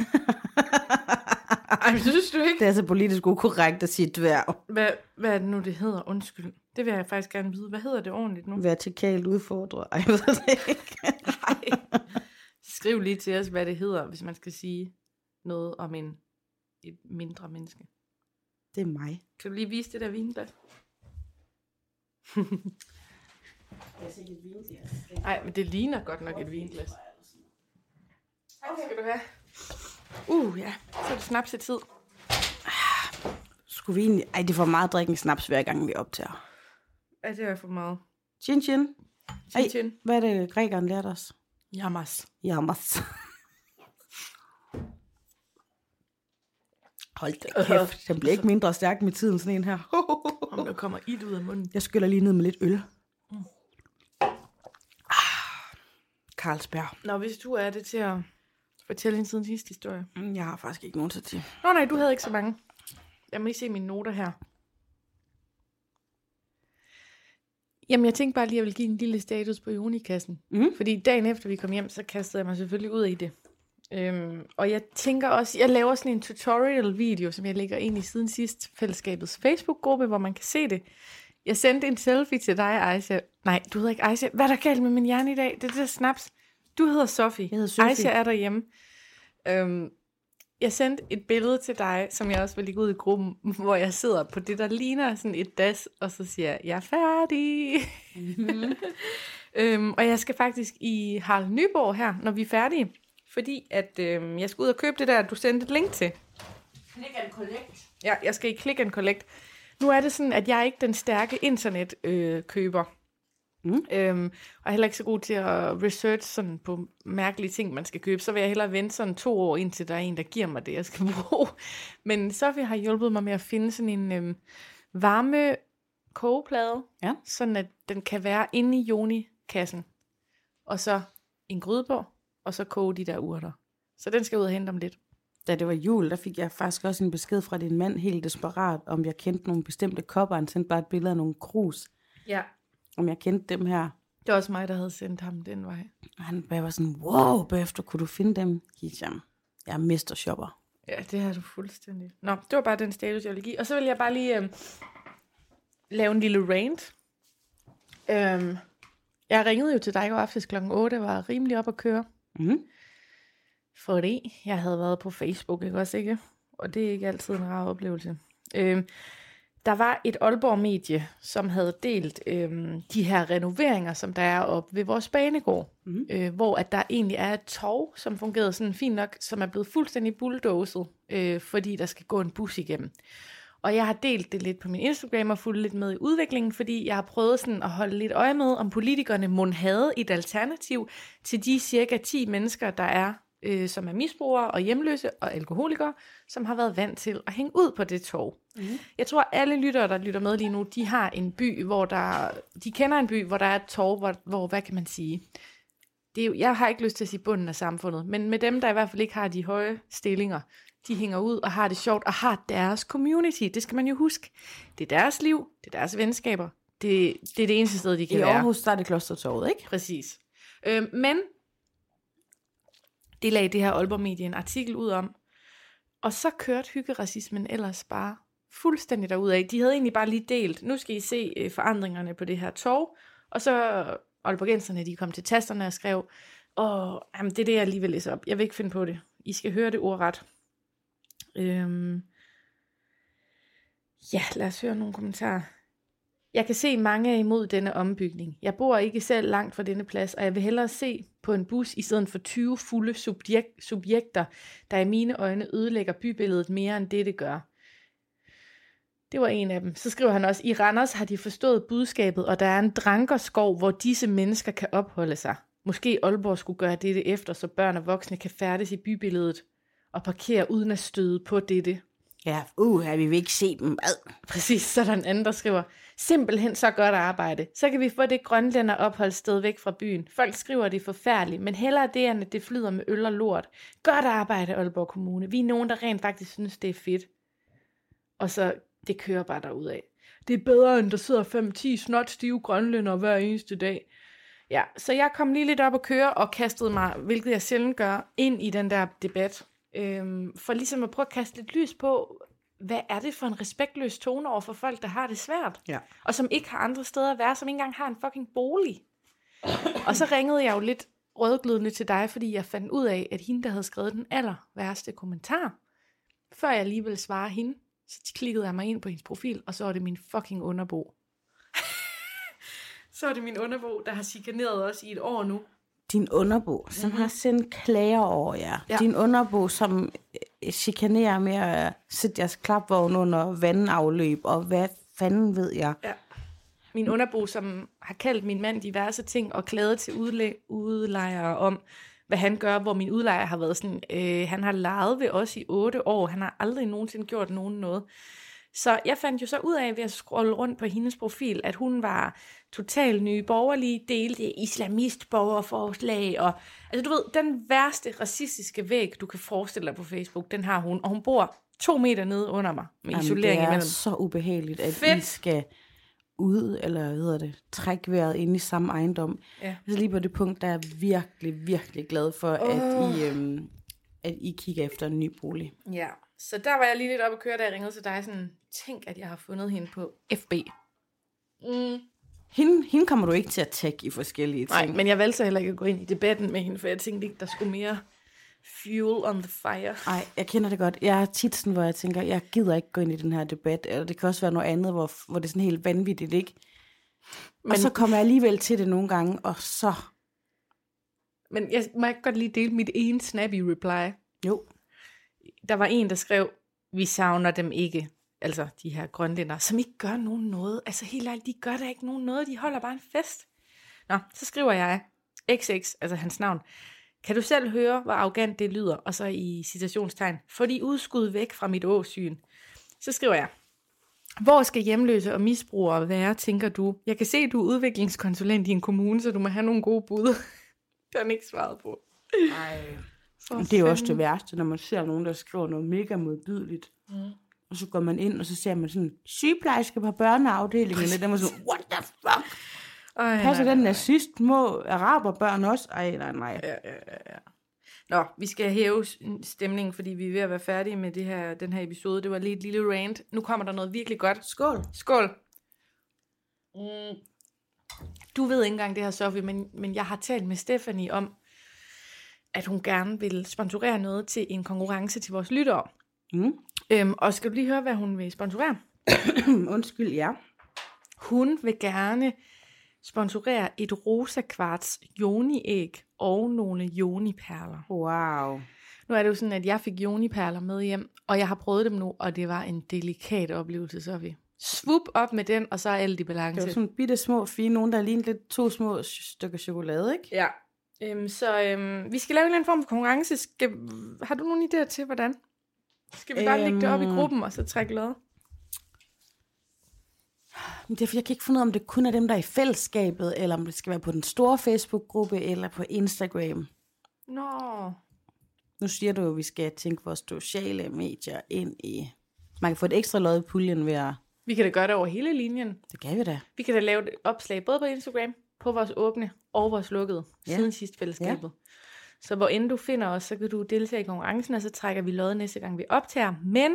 Ej, synes du ikke? Det er så politisk ukorrekt at sige dværg. Hvad, hvad er det nu, det hedder? Undskyld. Det vil jeg faktisk gerne vide. Hvad hedder det ordentligt nu? Vertikalt udfordret. Ej, jeg ved det ikke. Nej. Skriv lige til os, hvad det hedder, hvis man skal sige noget om en, et mindre menneske. Det er mig. Kan du lige vise det der vinglas? Nej, men det ligner godt nok et vinglas. Okay. Skal du have? Uh, ja. Så er det snaps i tid. Skulle vi egentlig... Ej, det er for meget at drikke en snaps, hver gang vi optager. Ja, det er for meget. Chin chin. Chin chin. Ej, hvad er det, grækeren lærte os? Jammers. Jammers. Hold da kæft. Den bliver ikke mindre stærk med tiden, sådan en her. Om der kommer ild ud af munden. Jeg skyller lige ned med lidt øl. Mm. Ah, Carlsberg. Nå, hvis du er det til at fortælle en siden sidste historie. Jeg har faktisk ikke nogen til. Nå nej, du havde ikke så mange. Jeg må lige se mine noter her. Jamen, jeg tænkte bare lige, at jeg ville give en lille status på Jonikassen. Mm. Fordi dagen efter vi kom hjem, så kastede jeg mig selvfølgelig ud i det. Øhm, og jeg tænker også, jeg laver sådan en tutorial-video, som jeg lægger ind i siden sidst fællesskabets Facebook-gruppe, hvor man kan se det. Jeg sendte en selfie til dig, Aisha. Nej, du hedder ikke Aisha. Hvad er der galt med min hjerne i dag? Det er det der snaps. Du hedder Sofie. Jeg hedder Sofie. Aisha er derhjemme. Øhm, jeg sendte et billede til dig, som jeg også vil lægge ud i gruppen, hvor jeg sidder på det, der ligner sådan et das, og så siger jeg, jeg er færdig. Mm-hmm. øhm, og jeg skal faktisk i Harald Nyborg her, når vi er færdige. Fordi at øhm, jeg skal ud og købe det der, du sendte et link til. Click and collect. Ja, jeg skal i Click and Collect. Nu er det sådan, at jeg er ikke den stærke internetkøber. Øh, mm. øhm, og er heller ikke så god til at research sådan på mærkelige ting, man skal købe. Så vil jeg hellere vente sådan to år, indtil der er en, der giver mig det, jeg skal bruge. Men Sofie har hjulpet mig med at finde sådan en øhm, varme kogeplade. Ja. Sådan at den kan være inde i Joni-kassen. Og så en gryde på. Og så koge de der urter. Så den skal ud og hente om lidt. Da det var jul, der fik jeg faktisk også en besked fra din mand, helt desperat, om jeg kendte nogle bestemte kopper. Han sendte bare et billede af nogle krus. Ja. Om jeg kendte dem her. Det var også mig, der havde sendt ham den vej. Og han var sådan, wow, bagefter kunne du finde dem? Jamen, jeg er mestershopper. Ja, det har du fuldstændig. Nå, det var bare den status, jeg ville give. Og så vil jeg bare lige øh, lave en lille rant. Øh, Jeg ringede jo til dig i går aftes klokken otte, var rimelig op at køre. Mm. Fordi jeg havde været på Facebook, ikke også, ikke? Og det er ikke altid en rar oplevelse. Øhm, der var et Aalborg-medie, som havde delt øhm, de her renoveringer, som der er oppe ved vores banegård. Mm. Øh, hvor at der egentlig er et torv, som fungerede sådan fint nok, som er blevet fuldstændig bulldozet, øh, fordi der skal gå en bus igennem. Og jeg har delt det lidt på min Instagram og fulgt lidt med i udviklingen, fordi jeg har prøvet sådan at holde lidt øje med, om politikerne mon havde et alternativ til de cirka ti mennesker, der er, øh, som er misbrugere og hjemløse og alkoholikere, som har været vant til at hænge ud på det torv. Mm. Jeg tror, alle lyttere, der lytter med lige nu, de har en by, hvor der, de kender en by, hvor der er et torv, hvor, hvor hvad kan man sige, det er jo, jeg har ikke lyst til at sige bunden af samfundet, men med dem, der i hvert fald ikke har de høje stillinger, de hænger ud og har det sjovt og har deres community. Det skal man jo huske. Det er deres liv, det er deres venskaber. Det, det er det eneste sted, de kan I være. I Aarhus, der er det Klostertorvet, ikke? Præcis. Øh, men det lagde det her Aalborg-medie en artikel ud om, og så kørte hyggeracismen ellers bare fuldstændig derudad. De havde egentlig bare lige delt, nu skal I se øh, forandringerne på det her torv, og så aalborgenserne, de kom til tasterne og skrev, åh, jamen, det er det, jeg lige vil læse op. Jeg vil ikke finde på det. I skal høre det ordret. Øhm. Ja, lad os høre nogle kommentarer. Jeg kan se mange er imod denne ombygning. Jeg bor ikke selv langt fra denne plads, og jeg vil hellere se på en bus i stedet for tyve fulde subjek- subjekter, der i mine øjne ødelægger bybilledet mere end det, det gør. Det var en af dem. Så skriver han også, i Randers har de forstået budskabet, og der er en drankerskov, hvor disse mennesker kan opholde sig. Måske Aalborg skulle gøre dette efter, så børn og voksne kan færdes i bybilledet og parkere uden at støde på dette. Ja, uh, vi vil ikke se dem. Ad. Præcis, så er der en anden, der skriver, simpelthen så godt arbejde. Så kan vi få det grønlænder opholdssted væk fra byen. Folk skriver, det er forfærdeligt, men hellere det, end at det flyder med øl og lort. Godt arbejde, Aalborg Kommune. Vi er nogen, der rent faktisk synes, det er fedt. Og så, det kører bare derudad. Det er bedre, end der sidder fem ti snot stive grønlænder hver eneste dag. Ja, så jeg kom lige lidt op at køre og kastede mig, hvilket jeg sjældent gør, ind i den der debat. Øhm, for ligesom at prøve at kaste lidt lys på, hvad er det for en respektløs tone over for folk, der har det svært, ja. Og som ikke har andre steder at være, som ikke engang har en fucking bolig. Og så ringede jeg jo lidt rødglødende til dig, fordi jeg fandt ud af, at hende, der havde skrevet den aller værste kommentar, før jeg lige ville svare hende, så klikkede jeg mig ind på hendes profil, og så var det min fucking underbo. Så var det min underbo, der har chikaneret os i et år nu. Din underbo, som mm-hmm. har sendt klager over jer. Ja. Din underbo, som chikanerer med at sætte jeres klapvogn under vandafløb, og hvad fanden ved jeg. Ja. Min underbo, som har kaldt min mand diverse ting, og klaget til udle- udlejere om, hvad han gør, hvor min udlejer har været sådan, øh, han har lejet ved os i otte år, han har aldrig nogensinde gjort nogen noget. Så jeg fandt jo så ud af, ved at scrolle rundt på hendes profil, at hun var totalt nye borgerlige, delte islamist-borgerforslag, og altså du ved, den værste racistiske væg, du kan forestille dig på Facebook, den har hun, og hun bor to meter nede under mig, med Jamen, isolering imellem. Det er så ubehageligt, at Fedt. I skal ud, eller hvad hedder det, trække vejret ind i samme ejendom. Ja. Altså lige på det punkt, der er jeg virkelig, virkelig glad for, oh. at, I, øhm, at I kigger efter en ny bolig. Ja. Så der var jeg lige lidt oppe at køre, da jeg ringede til dig, sådan, tænk, at jeg har fundet hende på F B. Mm. Hende, hende kommer du ikke til at tagge i forskellige ting. Nej, men jeg valgte så heller ikke at gå ind i debatten med hende, for jeg tænkte ikke, der skulle mere fuel on the fire. Nej, jeg kender det godt. Jeg er tit sådan, hvor jeg tænker, jeg gider ikke gå ind i den her debat, eller det kan også være noget andet, hvor, hvor det er sådan helt vanvittigt, ikke? Men, og så kommer jeg alligevel til det nogle gange, og så... Men jeg må ikke godt lige dele mit ene snappy reply. Jo. Der var en, der skrev, vi savner dem ikke, altså de her grønlændere, som ikke gør nogen noget. Altså helt ærligt, de gør da ikke nogen noget, de holder bare en fest. Nå, så skriver jeg, X X, altså hans navn, kan du selv høre, hvor arrogant det lyder, og så i citationstegn, få de udskud væk fra mit åsyn. Så skriver jeg, hvor skal hjemløse og misbrugere være, tænker du? Jeg kan se, du er udviklingskonsulent i en kommune, så du må have nogle gode bud. Det har han ikke svaret på. Nej. Det er jo også det værste, når man ser nogen, der skriver noget mega modbydeligt. Mm. Og så går man ind, og så ser man sådan, sygeplejerske på børneafdelingen, og der er sådan, what the fuck? Ej, passer nej, den nej. Nazist, må araberbørn også? Ej, nej, nej. Ja, ja, ja. Nå, vi skal hæve stemningen, fordi vi er ved at være færdige med det her, den her episode. Det var lige et lille rant. Nu kommer der noget virkelig godt. Skål. Skål. Mm. Du ved ikke engang det her, Sofie, men, men jeg har talt med Stephanie om, at hun gerne vil sponsorere noget til en konkurrence til vores lyttere. Mm. Øhm, og skal du lige høre, hvad hun vil sponsorere? Undskyld, ja. Hun vil gerne sponsorere et rosa kvarts joni-æg og nogle joni-perler. Wow. Nu er det jo sådan, at jeg fik joni-perler med hjem, og jeg har prøvet dem nu, og det var en delikat oplevelse, Sofie. Swoop op med den, og så er alt i balance. Det var sådan bitte små, fine, nogen der ligner lidt to små stykker chokolade, ikke? Ja. Øhm, så øhm, vi skal lave en eller anden form for konkurrence. Skal, har du nogle idéer til, hvordan? Skal vi bare øhm... lægge det op i gruppen, og så trække lod? Det er, for jeg kan ikke finde ud af, om det kun er dem, der er i fællesskabet, eller om det skal være på den store Facebook-gruppe, eller på Instagram. Nå. Nu siger du jo, at vi skal tænke vores sociale medier ind i... Man kan få et ekstra lod i puljen ved at... Vi kan da gøre det over hele linjen. Det kan vi da. Vi kan da lave et opslag både på Instagram, på vores åbne og vores lukkede, ja. Siden sidst fællesskabet. Ja. Så hvor end du finder os, så kan du deltage i konkurrencen, og så trækker vi lod næste gang, vi optager. Men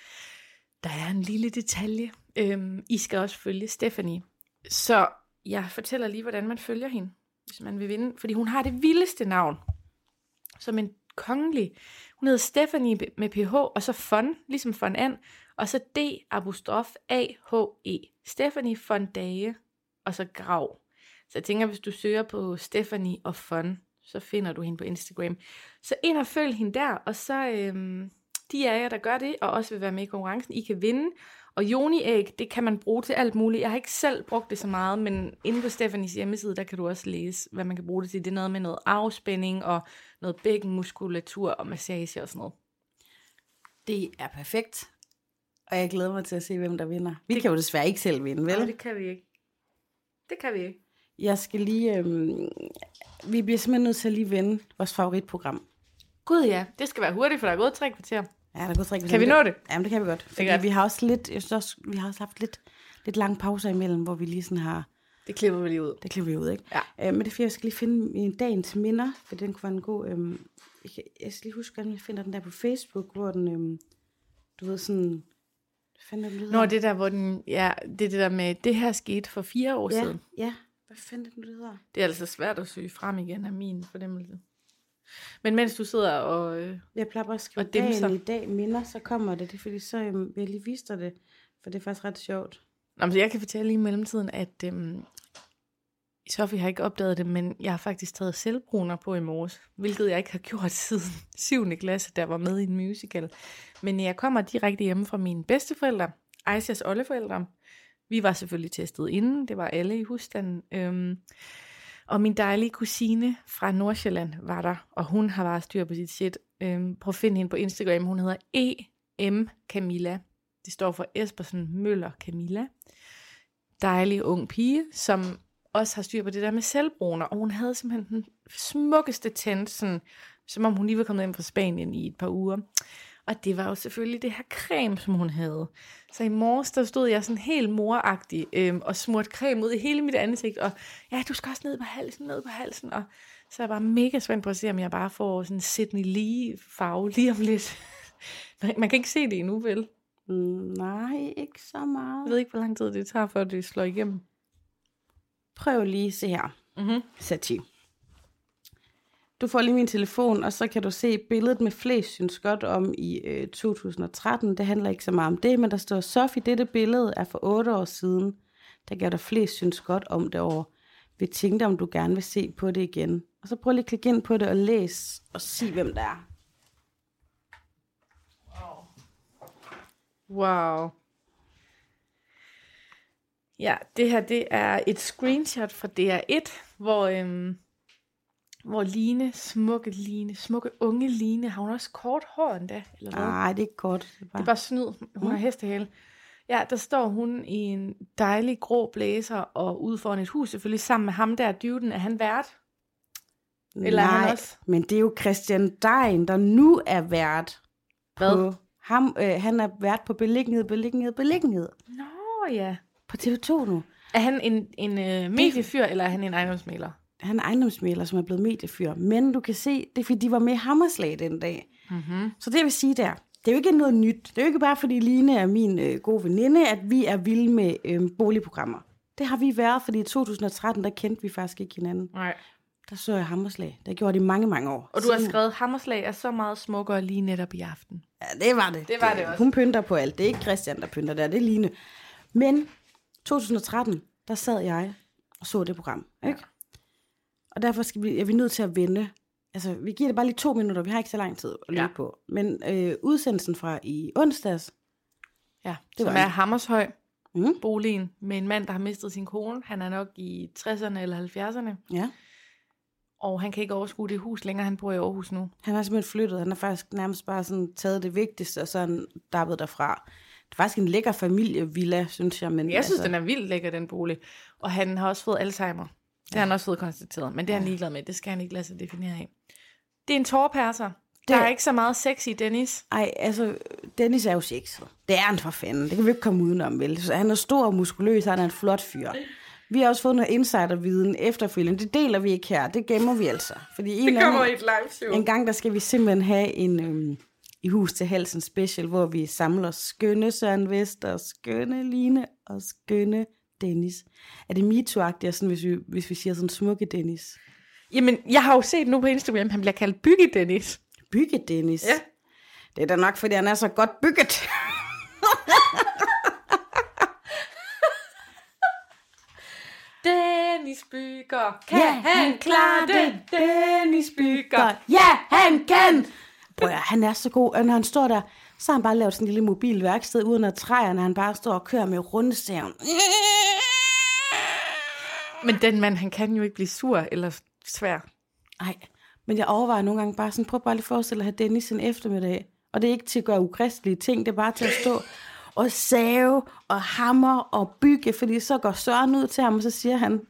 der er en lille detalje. Øhm, I skal også følge Stephanie. Så jeg fortæller lige, hvordan man følger hende, hvis man vil vinde. Fordi hun har det vildeste navn. Som en kongelig. Hun hedder Stephanie med ph, og så Fon, ligesom Fon An, og så D apostrof A H E. Stephanie von Dage, og så Grav. Så jeg tænker, hvis du søger på Stephanie og Fon, så finder du hende på Instagram. Så ind og følg hende der, og så øhm, de af jer, der gør det, og også vil være med i konkurrencen, I kan vinde. Og joni-æg, det kan man bruge til alt muligt. Jeg har ikke selv brugt det så meget, men inde på Stephanies hjemmeside, der kan du også læse, hvad man kan bruge det til. Det er noget med noget afspænding, og noget bækkenmuskulatur og massage og sådan noget. Det er perfekt. Og jeg glæder mig til at se, hvem der vinder. Vi det, kan jo desværre ikke selv vinde, vel? Nej, det kan vi ikke. Det kan vi ikke. Jeg skal lige... Øhm, vi bliver simpelthen nødt til at lige vende vores favoritprogram. Gud ja, det skal være hurtigt, for der er gået tre kvarter. Ja, der er gået tre kvarter. Kan vi nå det? Jamen, det kan vi godt. Fordi vi har også lidt... Jeg synes også, vi har også haft lidt, lidt lange pauser imellem, hvor vi lige sådan har... Det klipper vi lige ud. Det klipper vi ud, ikke? Ja. Øh, men det er fordi, jeg skal lige finde min dagens minder, for den kunne være en god... Øhm, jeg, kan, jeg skal lige huske, at jeg finder den der på Facebook, hvor den... Øhm, du ved, sådan... Nå, det der, hvor den... Ja, det er det der med... Det her skete for fire år ja, siden. Ja, hvad fanden er det, det hedder? Det er altså svært at søge frem igen af min fornemmelse. Men mens du sidder og øh, jeg plejer bare at skrive dagen i dag minder, så kommer det. Det er fordi, så øhm, vil jeg lige vise dig det, for det er faktisk ret sjovt. Nå, så jeg kan fortælle lige i mellemtiden, at øhm, Sofie har ikke opdaget det, men jeg har faktisk taget selvbruner på i morges, hvilket jeg ikke har gjort siden syvende klasse, der var med i en musical. Men jeg kommer direkte hjemme fra mine bedsteforældre, Aisjas oldeforældre. Vi var selvfølgelig testet inden, det var alle i husstanden. Øhm, Og min dejlige kusine fra Nordsjælland var der, og hun har bare styr på sit shit. Øhm, prøv at finde hende på Instagram. Hun hedder E M Camilla. Det står for Espersen Møller Camilla. Dejlig ung pige, som også har styr på det der med selvbruner. Og hun havde simpelthen den smukkeste tand, sådan, som om hun lige var kommet ind fra Spanien i et par uger. Og det var jo selvfølgelig det her creme, som hun havde. Så i morges, der stod jeg sådan helt moragtig øhm, og smurt creme ud i hele mit ansigt. Og ja, du skal også ned på halsen, ned på halsen. Og så er jeg bare mega spændt på at se, om jeg bare får sådan en Sydney Lee farve lige om lidt. Man kan ikke se det endnu, vel? Mm, nej, ikke så meget. Jeg ved ikke, hvor lang tid det tager, før det slår igennem. Prøv lige at se her. Mm-hmm. Sati. Du får lige min telefon, og så kan du se billedet med flest synes godt om i øh, to tusind og tretten. Det handler ikke så meget om det, men der står, Sofie, dette billede er for otte år siden. Der gav der flest synes godt om det år. Vi tænkte, om du gerne vil se på det igen. Og så prøv lige at klikke ind på det og læs og sig, hvem det er. Wow. Wow. Ja, det her, det er et screenshot fra D R et, hvor... Øhm Hvor Line, smukke Line, smukke unge Line, har hun også kort hår endda? Eller hvad? Nej, det er ikke kort. Det er bare, det er bare snyd. Hun mm. har hestehale. Ja, der står hun i en dejlig grå blæser og ude foran et hus, selvfølgelig sammen med ham der, dyvden. Er han vært? Eller nej, er han også? Men det er jo Christian Dein, der nu er vært. Hvad? På ham, øh, han er vært på beliggenhed, beliggenhed, beliggenhed. Nå ja. På T V to nu. Er han en, en øh, mediefyr, eller er han en ejendomsmægler? Han er ejendomsmægler, som er blevet mediefyr. Men du kan se, det er fordi, de var med i Hammerslag den dag. Mm-hmm. Så det jeg vil sige der, det er jo ikke noget nyt. Det er jo ikke bare fordi Line er min øh, gode veninde, at vi er vilde med øh, boligprogrammer. Det har vi været, fordi i to tusind og tretten, der kendte vi faktisk ikke hinanden. Nej. Der så jeg Hammerslag. Det har gjort i mange, mange år. Og du har skrevet, Hammerslag er så meget smukkere lige netop i aften. Ja, det var det. Det var det også. Hun pynter på alt. Det er ikke Christian, der pynter der. Det er Line. Men to tusind og tretten, der sad jeg og så det program. Ikke? Ja. Og derfor skal vi, er vi nødt til at vende. Altså, vi giver det bare lige to minutter. Vi har ikke så lang tid at løbe ja. på. Men øh, udsendelsen fra i onsdags. Ja, det som var er en... Hammershøj. Mm. Boligen med en mand, der har mistet sin kone. Han er nok i tresserne eller halvfjerdserne. Ja. Og han kan ikke overskue det hus længere. Han bor i Aarhus nu. Han har simpelthen flyttet. Han har faktisk nærmest bare sådan taget det vigtigste, og så dappet derfra. Det er faktisk en lækker familievilla, synes jeg. Men jeg synes, altså... den er vildt lækker, den bolig. Og han har også fået Alzheimer. Det ja. har han også fået konstateret. Men det er han ligeglad med. Det skal han ikke lade sig definere af. Det er en tårperser. Der det... er ikke så meget sex i Dennis. Ej, altså, Dennis er jo sexet. Det er han for fanden. Det kan vi ikke komme udenom, vel? Så han er stor og muskuløs, han er en flot fyr. Vi har også fået noget insiderviden efterfølgende. Det deler vi ikke her. Det gemmer vi altså. Fordi en det kommer i et live show. En gang, der skal vi simpelthen have en øhm, i hus til halsen special, hvor vi samler skønne Søren Vester, skønne Line og skønne Dennis. Er det MeToo-agtigt, sådan, hvis, vi, hvis vi siger sådan smukke Dennis? Jamen, jeg har jo set nu på Instagram, han bliver kaldt Bygge Dennis. Bygge Dennis? Ja. Det er da nok, fordi han er så godt bygget. Dennis bygger, kan ja, han klare det? Dennis bygger, ja, han kan! Prøv at, han er så god, og når han står der, så har han bare lavet sådan en lille mobil værksted, uden at træerne, han bare står og kører med rundsaven. Men den mand, han kan jo ikke blive sur eller svær. Nej, men jeg overvejer nogle gange bare sådan, prøv bare lige forestille at have Dennis en eftermiddag, og det er ikke til at gøre ukristelige ting, det er bare til at stå og save og hammer og bygge, fordi så går Søren ud til ham, og så siger han,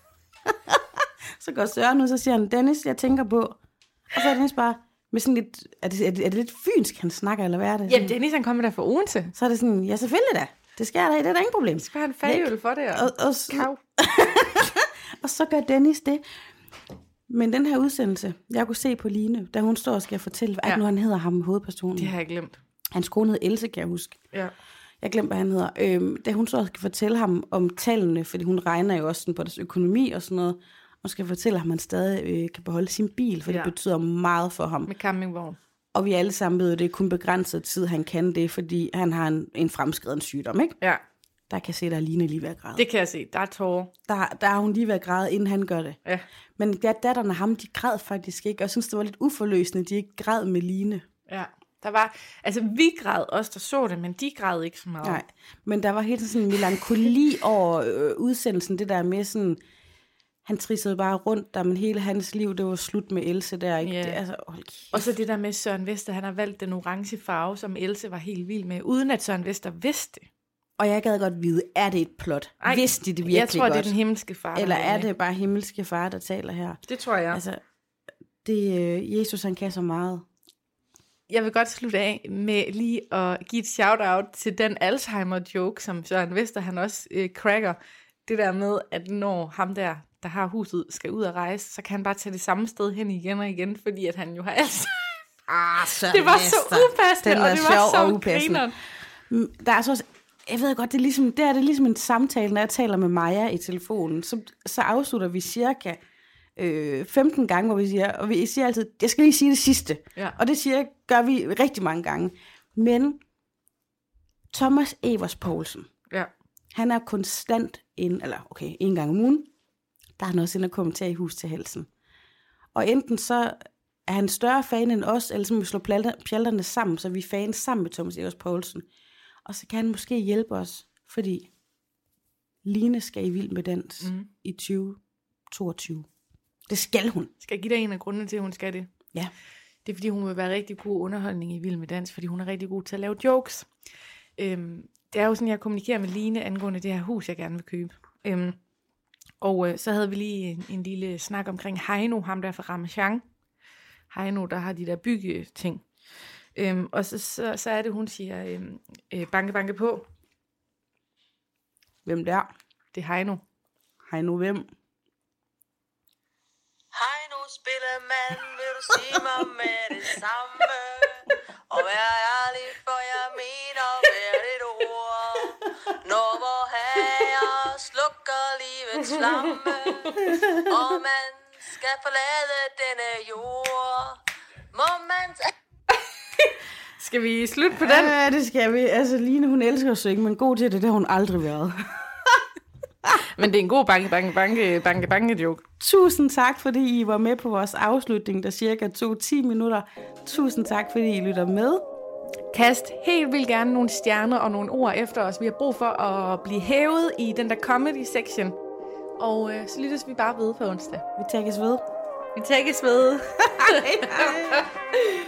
så går Søren ud, så siger han, Dennis, jeg tænker på, og så er Dennis bare, med sådan lidt, er det, er det, er det lidt fynsk, han snakker, eller hvad er det? Jamen, Dennis, han kommer der for Odense. Så er det sådan, ja, selvfølgelig da, det skal jeg da, det er da ingen problem. Skal han fagøl for det, og, og, og, kav. Og så gør Dennis det. Men den her udsendelse, jeg kunne se på Line, da hun står og skal fortælle, hvad ja. nu han hedder ham, hovedpersonen. Det har jeg glemt. Hans kone hed Else, kan jeg huske. Ja. Jeg glemte, hvad han hedder. Øhm, da hun så skal fortælle ham om tallene, fordi hun regner jo også sådan på deres økonomi og sådan noget, og skal fortælle ham, at han stadig øh, kan beholde sin bil, for ja. det betyder meget for ham. Med campingvogn. Og vi alle sammen ved, at det er kun begrænset tid, han kan det, fordi han har en, en fremskreden sygdom, ikke? Ja. Der kan jeg se, der er Line lige ved at græde. Det kan jeg se. Der er tårer. Der, der er hun lige ved at græde, inden han gør det. Ja. Men der, datteren og ham, de græd faktisk ikke, og jeg synes, det var lidt uforløsende, de ikke græd med Line. Ja. Der var, altså vi græd også, der så det, men de græd ikke så meget. Nej, men der var helt sådan en melankoli over øh, udsendelsen, det der med sådan, han trissede bare rundt der, men hele hans liv, det var slut med Else der, ikke? Ja. Det, altså, oh, og så det der med Søren Vester, han har valgt den orange farve, som Else var helt vild med, uden at Søren Vester vidste det. Og jeg gad godt vide, er det et plot? Ej, vidste de det virkelig godt? Jeg tror, godt? det er den himmelske far. Eller er det bare himmelske far, der taler her? Det tror jeg. Altså, det, øh, Jesus, han kan så meget. Jeg vil godt slutte af med lige at give et shout-out til den Alzheimer-joke, som Søren Vester, han også øh, cracker. Det der med, at når ham der, der har huset, skal ud og rejse, så kan han bare tage det samme sted hen igen og igen, fordi at han jo har Alzheimer. Ah, Søren det var Vester. så upassende, og det var så grineren. Der er så også, jeg ved godt, det er, ligesom, det er det ligesom en samtale, når jeg taler med Maja i telefonen, så, så afslutter vi cirka øh, femten gange, hvor vi siger, og vi siger altid, jeg skal lige sige det sidste. Ja. Og det siger, gør vi rigtig mange gange. Men Thomas Evers Poulsen, ja. han er konstant ind, eller okay, en gang om ugen, der er han også inde og kommentere i Hus til Halsen. Og enten så er han større fan end os, eller så må vi slå pjalterne sammen, så vi er fans sammen med Thomas Evers Poulsen. Og så kan han måske hjælpe os, fordi Line skal i Vild med Dans mm. i tyve toogtyve. Det skal hun. Skal jeg give dig en af grundene til, at hun skal det? Ja. Det er, fordi hun vil være rigtig god underholdning i Vild med Dans, fordi hun er rigtig god til at lave jokes. Øhm, det er jo sådan, jeg kommunikerer med Line angående det her hus, jeg gerne vil købe. Øhm, og øh, så havde vi lige en, en lille snak omkring Heino, ham der fra Ramachan. Heino, der har de der byggeting. Øhm, og så, så, så er det, hun siger, øhm, øh, banke, banke på. Hvem der? Det er Heino. Heino hvem? Heino spillemand, vil du sige mig med det samme? Og vær ærlig, for jeg mener hvert et ord. Når vor herre slukker dens flamme, og man skal forlade denne jord. Må man... Skal vi slutte på den? Ja, det skal vi. Altså, Line, hun elsker at synge, men god til det, det har hun aldrig været. Men det er en god banke, banke, banke, banke, banke joke. Tusind tak, fordi I var med på vores afslutning, der cirka tog ti minutter. Tusind tak, fordi I lytter med. Kast helt vildt gerne nogle stjerner og nogle ord efter os. Vi har brug for at blive hævet i den der comedy section. Og øh, så lyttes vi bare ved på onsdag. Vi tages ved. Vi tages ved. Hej, hej.